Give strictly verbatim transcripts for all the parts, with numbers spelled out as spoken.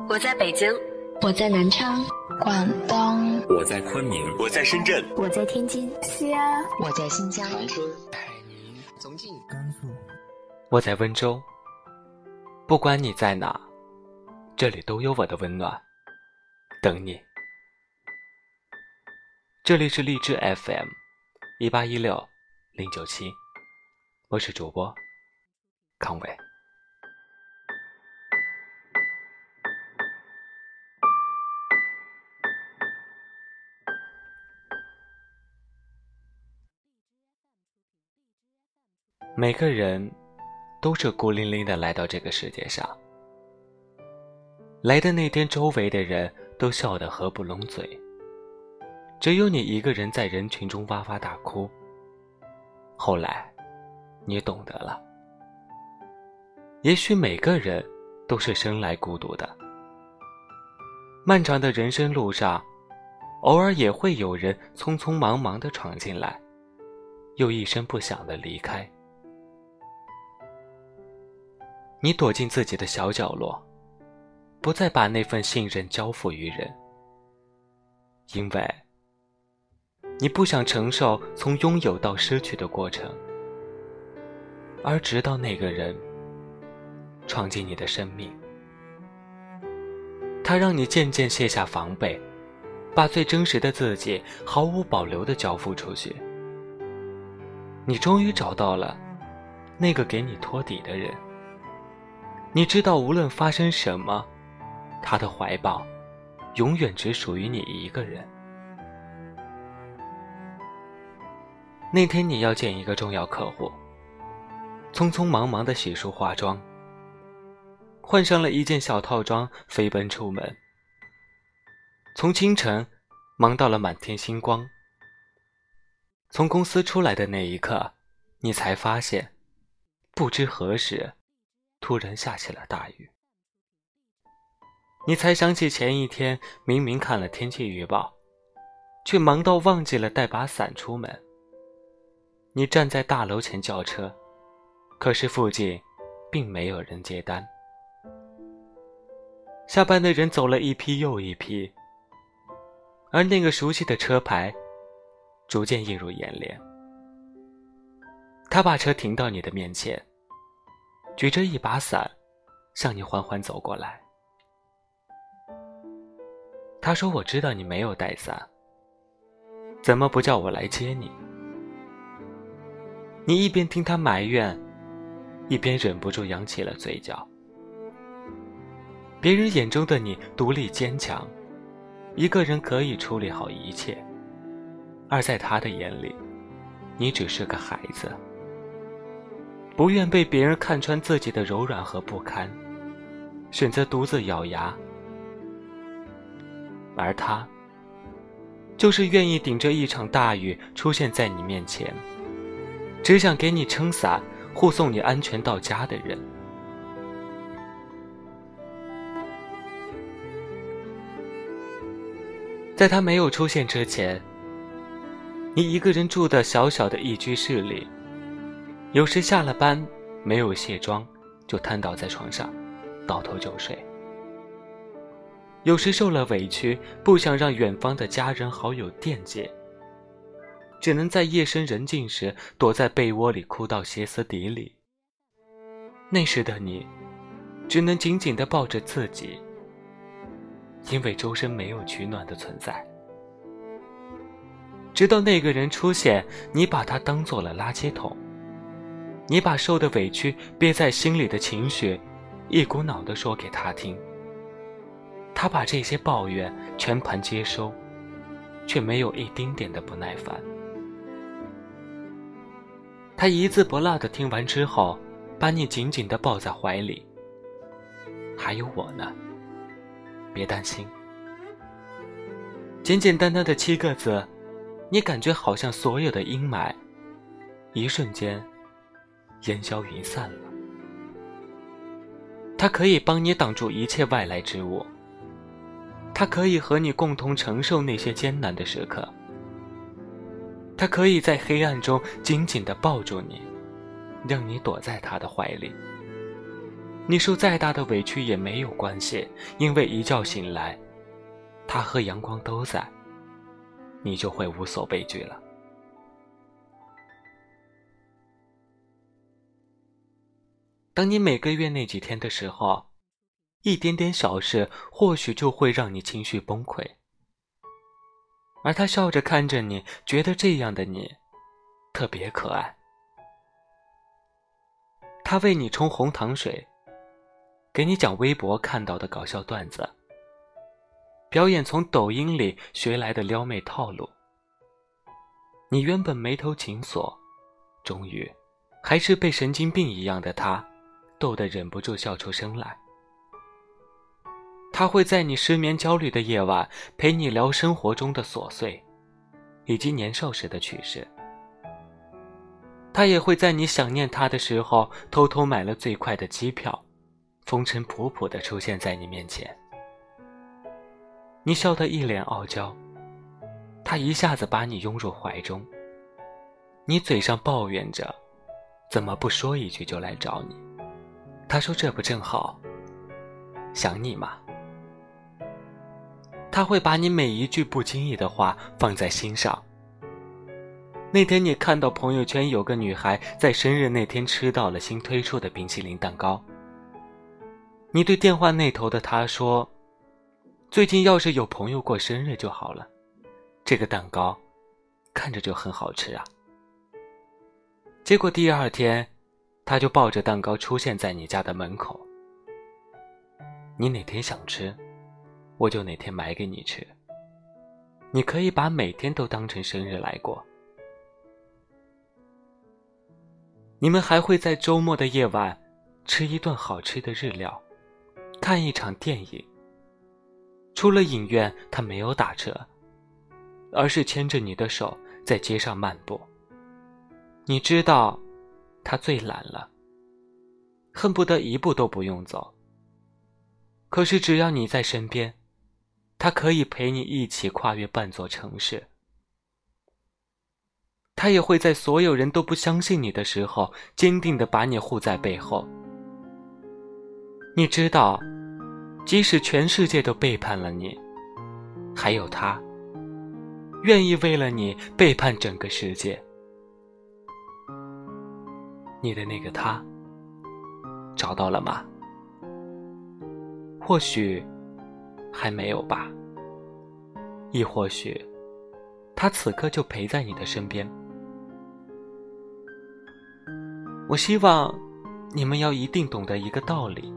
我在北京， 我在南昌， 广东， 我在昆明， 我在深圳， 我在天津， 西安， 我在新疆， 长春、海宁、重庆、 甘肃， 我在温州。不管你在哪，这里都有我的温暖，等你。这里是荔枝 F M 一八一六零九七，我是主播康伟。每个人都是孤零零的来到这个世界上，来的那天周围的人都笑得合不拢嘴，只有你一个人在人群中哇哇大哭。后来你懂得了，也许每个人都是生来孤独的，漫长的人生路上，偶尔也会有人匆匆忙忙地闯进来，又一声不响地离开。你躲进自己的小角落，不再把那份信任交付于人，因为你不想承受从拥有到失去的过程，而直到那个人闯进你的生命，他让你渐渐卸下防备，把最真实的自己毫无保留地交付出去。你终于找到了那个给你托底的人，你知道无论发生什么，他的怀抱永远只属于你一个人。那天你要见一个重要客户，匆匆忙忙的洗漱化妆，换上了一件小套装，飞奔出门。从清晨忙到了满天星光。从公司出来的那一刻，你才发现，不知何时突然下起了大雨。你才想起前一天明明看了天气预报，却忙到忘记了带把伞出门。你站在大楼前叫车，可是附近并没有人接单。下班的人走了一批又一批，而那个熟悉的车牌逐渐映入眼帘。他把车停到你的面前，举着一把伞向你缓缓走过来。他说，我知道你没有带伞，怎么不叫我来接你？你一边听他埋怨，一边忍不住扬起了嘴角。别人眼中的你独立坚强，一个人可以处理好一切，而在他的眼里，你只是个孩子，不愿被别人看穿自己的柔软和不堪，选择独自咬牙。而他就是愿意顶着一场大雨出现在你面前，只想给你撑伞，护送你安全到家的人。在他没有出现之前，你一个人住的小小的一居室里，有时下了班没有卸妆，就瘫倒在床上倒头就睡。有时受了委屈，不想让远方的家人好友惦记，只能在夜深人静时躲在被窝里哭到歇斯底里。那时的你只能紧紧地抱着自己，因为周身没有取暖的存在。直到那个人出现，你把他当做了垃圾桶，你把受的委屈憋在心里的情绪一股脑地说给他听，他把这些抱怨全盘接收，却没有一丁点的不耐烦。他一字不落地听完之后，把你紧紧地抱在怀里。还有我呢，别担心。简简单单的七个字，你感觉好像所有的阴霾一瞬间烟消云散了。它可以帮你挡住一切外来之物，它可以和你共同承受那些艰难的时刻，它可以在黑暗中紧紧地抱住你，让你躲在他的怀里。 你受再大的委屈也没有关系，因为一觉醒来，他和阳光都在，你就会无所畏惧了。当你每个月那几天的时候，一点点小事或许就会让你情绪崩溃，而他笑着看着你，觉得这样的你特别可爱。他为你冲红糖水，给你讲微博看到的搞笑段子，表演从抖音里学来的撩妹套路。你原本眉头紧锁，终于还是被神经病一样的他逗得忍不住笑出声来。他会在你失眠焦虑的夜晚陪你聊生活中的琐碎，以及年少时的趣事。他也会在你想念他的时候偷偷买了最快的机票，风尘仆仆地出现在你面前。你笑得一脸傲娇，他一下子把你拥入怀中。你嘴上抱怨着怎么不说一句就来找你，他说这不正好，想你嘛。他会把你每一句不经意的话放在心上。那天你看到朋友圈有个女孩在生日那天吃到了新推出的冰淇淋蛋糕，你对电话那头的他说，最近要是有朋友过生日就好了，这个蛋糕看着就很好吃啊。结果第二天他就抱着蛋糕出现在你家的门口，你哪天想吃我就哪天买给你吃，你可以把每天都当成生日来过。你们还会在周末的夜晚吃一顿好吃的日料，看一场电影。出了影院他没有打车，而是牵着你的手在街上漫步。你知道他最懒了，恨不得一步都不用走，可是只要你在身边，他可以陪你一起跨越半座城市。他也会在所有人都不相信你的时候，坚定地把你护在背后。你知道，即使全世界都背叛了你，还有他，愿意为了你背叛整个世界。你的那个他，找到了吗？或许还没有吧，亦或许他此刻就陪在你的身边。我希望你们要一定懂得一个道理，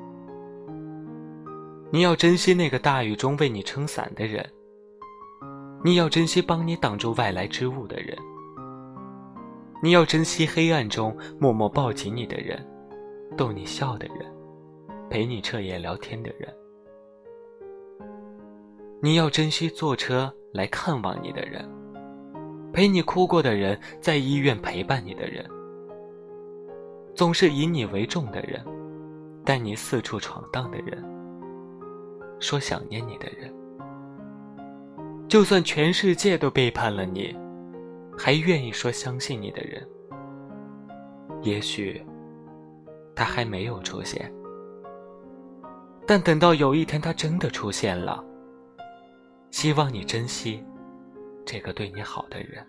你要珍惜那个大雨中为你撑伞的人，你要珍惜帮你挡住外来之物的人，你要珍惜黑暗中默默抱紧你的人，逗你笑的人，陪你彻夜聊天的人，你要珍惜坐车来看望你的人，陪你哭过的人，在医院陪伴你的人，总是以你为重的人，带你四处闯荡的人，说想念你的人。就算全世界都背叛了你，还愿意说相信你的人，也许他还没有出现，但等到有一天他真的出现了，希望你珍惜这个对你好的人。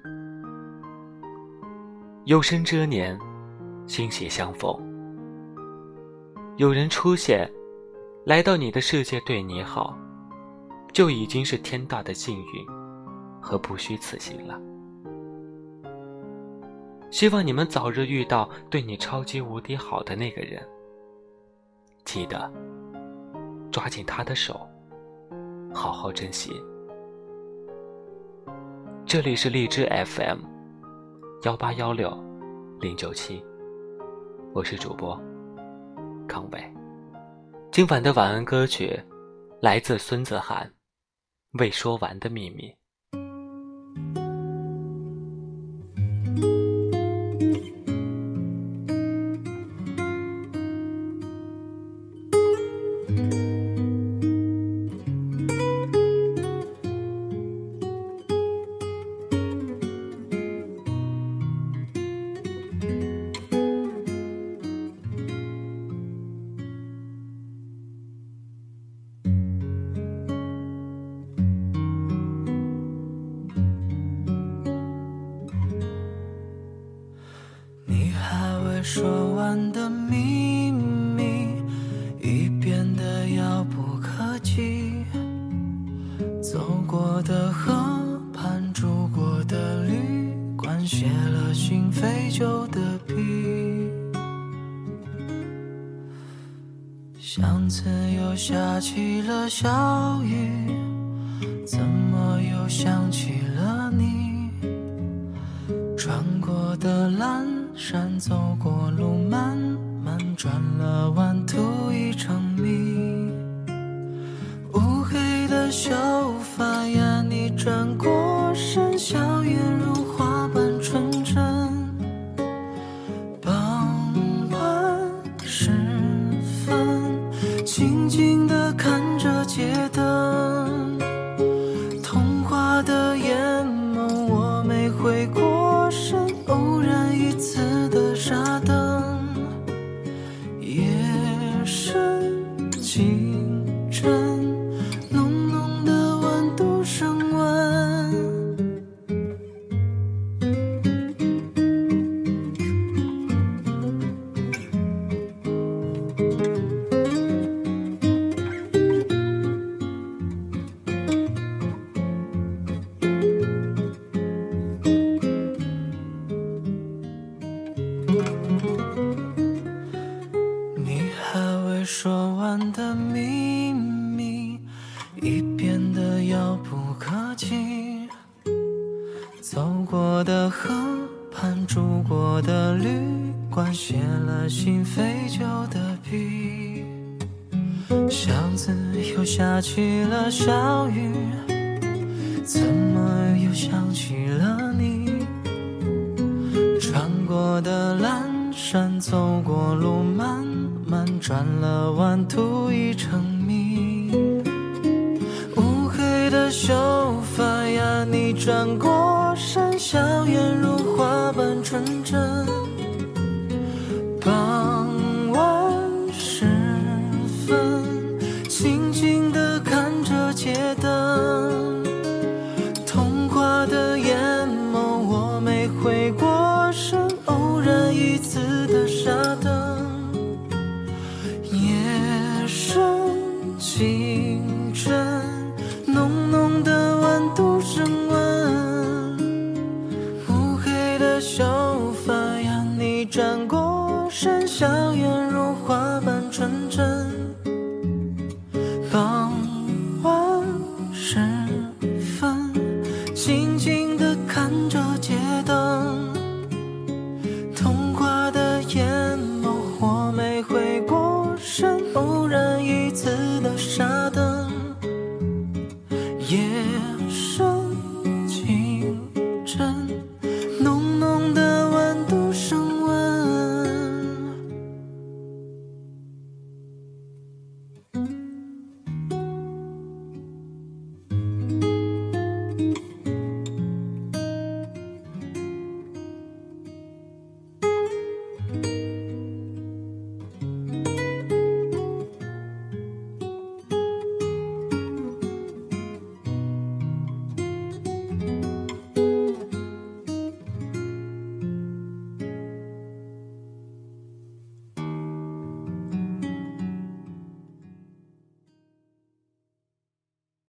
有生之年欣喜相逢，有人出现来到你的世界对你好，就已经是天大的幸运和不虚此行了。希望你们早日遇到对你超级无敌好的那个人，记得抓紧他的手，好好珍惜。这里是荔枝 F M 幺八幺六零九七，我是主播康伟。今晚的晚安歌曲来自孙子涵，未说完的秘密。 完的秘密已变得遥不可及，走过的河畔，住过的旅馆，写了心扉旧的笔，巷子又下起了小雨，怎么又想起了你？穿过的蓝山，走过路，慢慢转了弯，图一场谜。乌黑的秀发呀，你转过身，笑颜如花般纯真。傍晚时分，静静地看着街灯，童话的眼眸我没回过神，偶然一次的傻瞪，夜深清晨，浓浓的温度升温。你还未说完的秘密已变得遥不可及，走过的河畔，住过的旅馆，写了心扉旧的笔，巷子又下起了小雨，怎么又想起了你？穿过的蓝山，走过路，慢慢转了弯，图一场谜。乌黑的秀发呀，你转过身，笑颜如花般纯真。傍晚时分，静静地看着街灯，童话的眼眸我没回过神，偶然一次的傻瞪，夜深清晨。